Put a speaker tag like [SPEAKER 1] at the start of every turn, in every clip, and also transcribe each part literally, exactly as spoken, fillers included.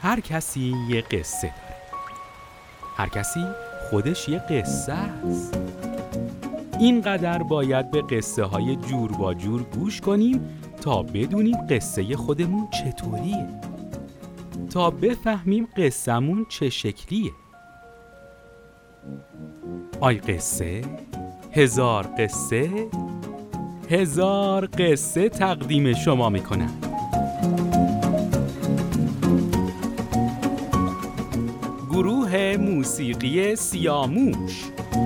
[SPEAKER 1] هر کسی یه قصه داره. هر کسی خودش یه قصه است. اینقدر باید به قصه های جور با جور گوش کنیم تا بدونیم قصه خودمون چطوریه، تا بفهمیم قصه‌مون چه شکلیه. آی قصه، هزار قصه، هزار قصه تقدیم شما میکنم. گروه موسیقی سیاموش،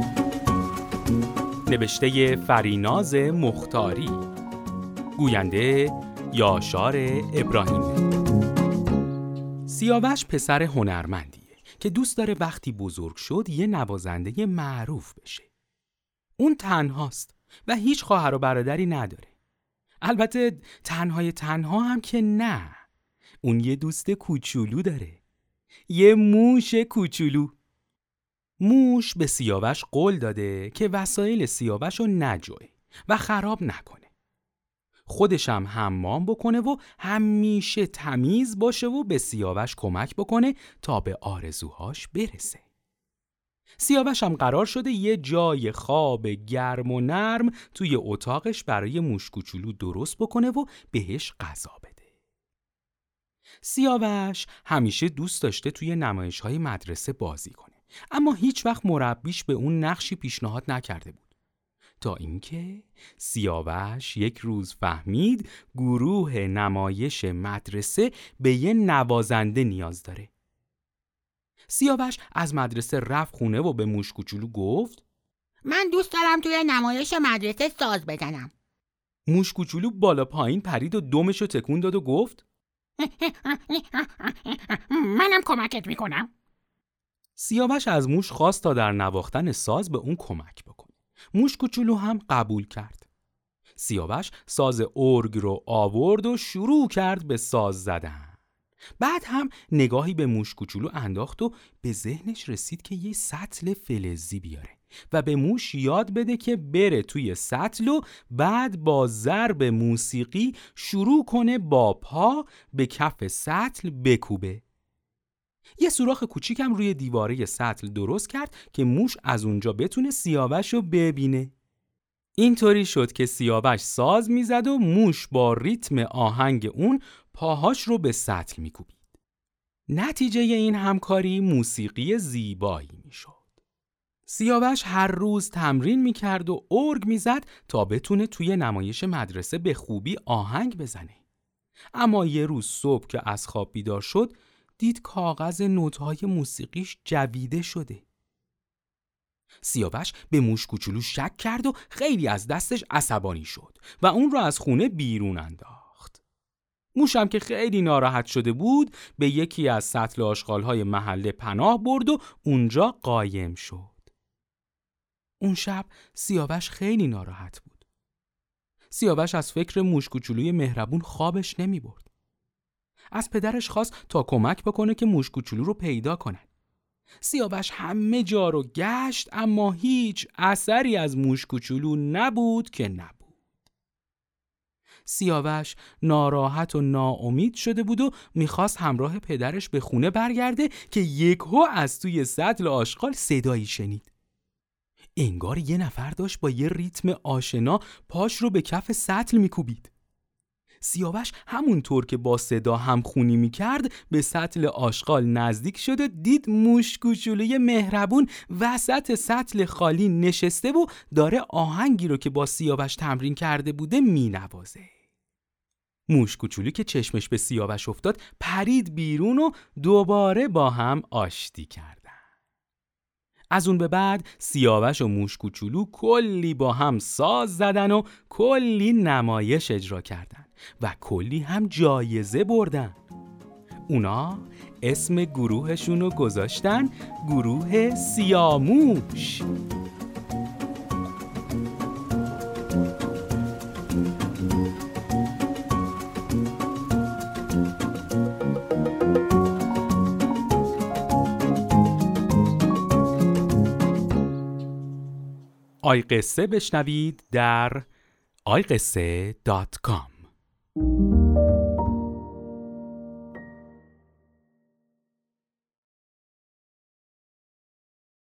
[SPEAKER 1] نوشته فریناز مختاری، گوینده یاشار ابراهیمی. سیاوش پسر هنرمندیه که دوست داره وقتی بزرگ شد یه نوازنده معروف بشه. اون تنهاست و هیچ خواهر و برادری نداره. البته تنهای تنها هم که نه، اون یه دوست کوچولو داره، یه موش کوچولو. موش به سیاوش قول داده که وسایل سیاوش رو نجوه و خراب نکنه. خودش هم حمام بکنه و همیشه تمیز باشه و به سیاوش کمک بکنه تا به آرزوهاش برسه. سیاوش هم قرار شده یه جای خواب گرم و نرم توی اتاقش برای موش کوچولو درست بکنه و بهش غذا بده. سیاوش همیشه دوست داشته توی نمایش‌های مدرسه بازی کنه، اما هیچ وقت مربیش به اون نقشی پیشنهاد نکرده بود. تا اینکه سیاوش یک روز فهمید گروه نمایش مدرسه به یه نوازنده نیاز داره. سیاوش از مدرسه رفت خونه و به موش کوچولو گفت
[SPEAKER 2] من دوست دارم توی نمایش مدرسه ساز بزنم.
[SPEAKER 1] موش کوچولو بالا پایین پرید و دمشو تکون داد و گفت
[SPEAKER 2] منم کمکت میکنم.
[SPEAKER 1] سیاوش از موش خواست تا در نواختن ساز به اون کمک بکنه. موش کوچولو هم قبول کرد. سیاوش ساز ارگ رو آورد و شروع کرد به ساز زدن. بعد هم نگاهی به موش کوچولو انداخت و به ذهنش رسید که یه سطل فلزی بیاره و به موش یاد بده که بره توی سطل و بعد با ضرب موسیقی شروع کنه با پا به کف سطل بکوبه. یه سوراخ کوچیکم روی دیواره سطل درست کرد که موش از اونجا بتونه سیاوش رو ببینه. اینطوری شد که سیاوش ساز میزد و موش با ریتم آهنگ اون پاهاش رو به سطل میکوبید. نتیجه این همکاری موسیقی زیبایی میشد. سیاوش هر روز تمرین میکرد و ارگ میزد تا بتونه توی نمایش مدرسه به خوبی آهنگ بزنه. اما یه روز صبح که از خواب بیدار شد دید کاغذ نوت‌های موسیقیش جویده شده. سیاوش به موش کوچولو شک کرد و خیلی از دستش عصبانی شد و اون رو از خونه بیرون انداخت. موش هم که خیلی ناراحت شده بود به یکی از سطل آشغال‌های محله پناه برد و اونجا قایم شد. اون شب سیاوش خیلی ناراحت بود. سیاوش از فکر موش کوچولوی مهربون خوابش نمی برد. از پدرش خواست تا کمک بکنه که موش کوچولو رو پیدا کنن. سیاوش همه جا رو گشت اما هیچ اثری از موش کوچولو نبود که نبود. سیاوش ناراحت و ناامید شده بود و میخواست همراه پدرش به خونه برگرده که یکهو از توی سطل آشغال صدایی شنید. انگار یه نفر داشت با یه ریتم آشنا پاش رو به کف سطل میکوبید. سیاوش همونطور که با صدا همخونی میکرد به سطل آشغال نزدیک شد و دید موش کوچولوی مهربون وسط سطل خالی نشسته و داره آهنگی رو که با سیاوش تمرین کرده بوده مینوازه. موش کوچولو که چشمش به سیاوش افتاد پرید بیرون و دوباره با هم آشتی کردن. از اون به بعد سیاوش و موش کوچولو کلی با هم ساز زدن و کلی نمایش اجرا کردن و کلی هم جایزه بردن. اونا اسم گروهشون رو گذاشتن گروه سیاموش. آی قصه بشنوید در آی قصه دات کام.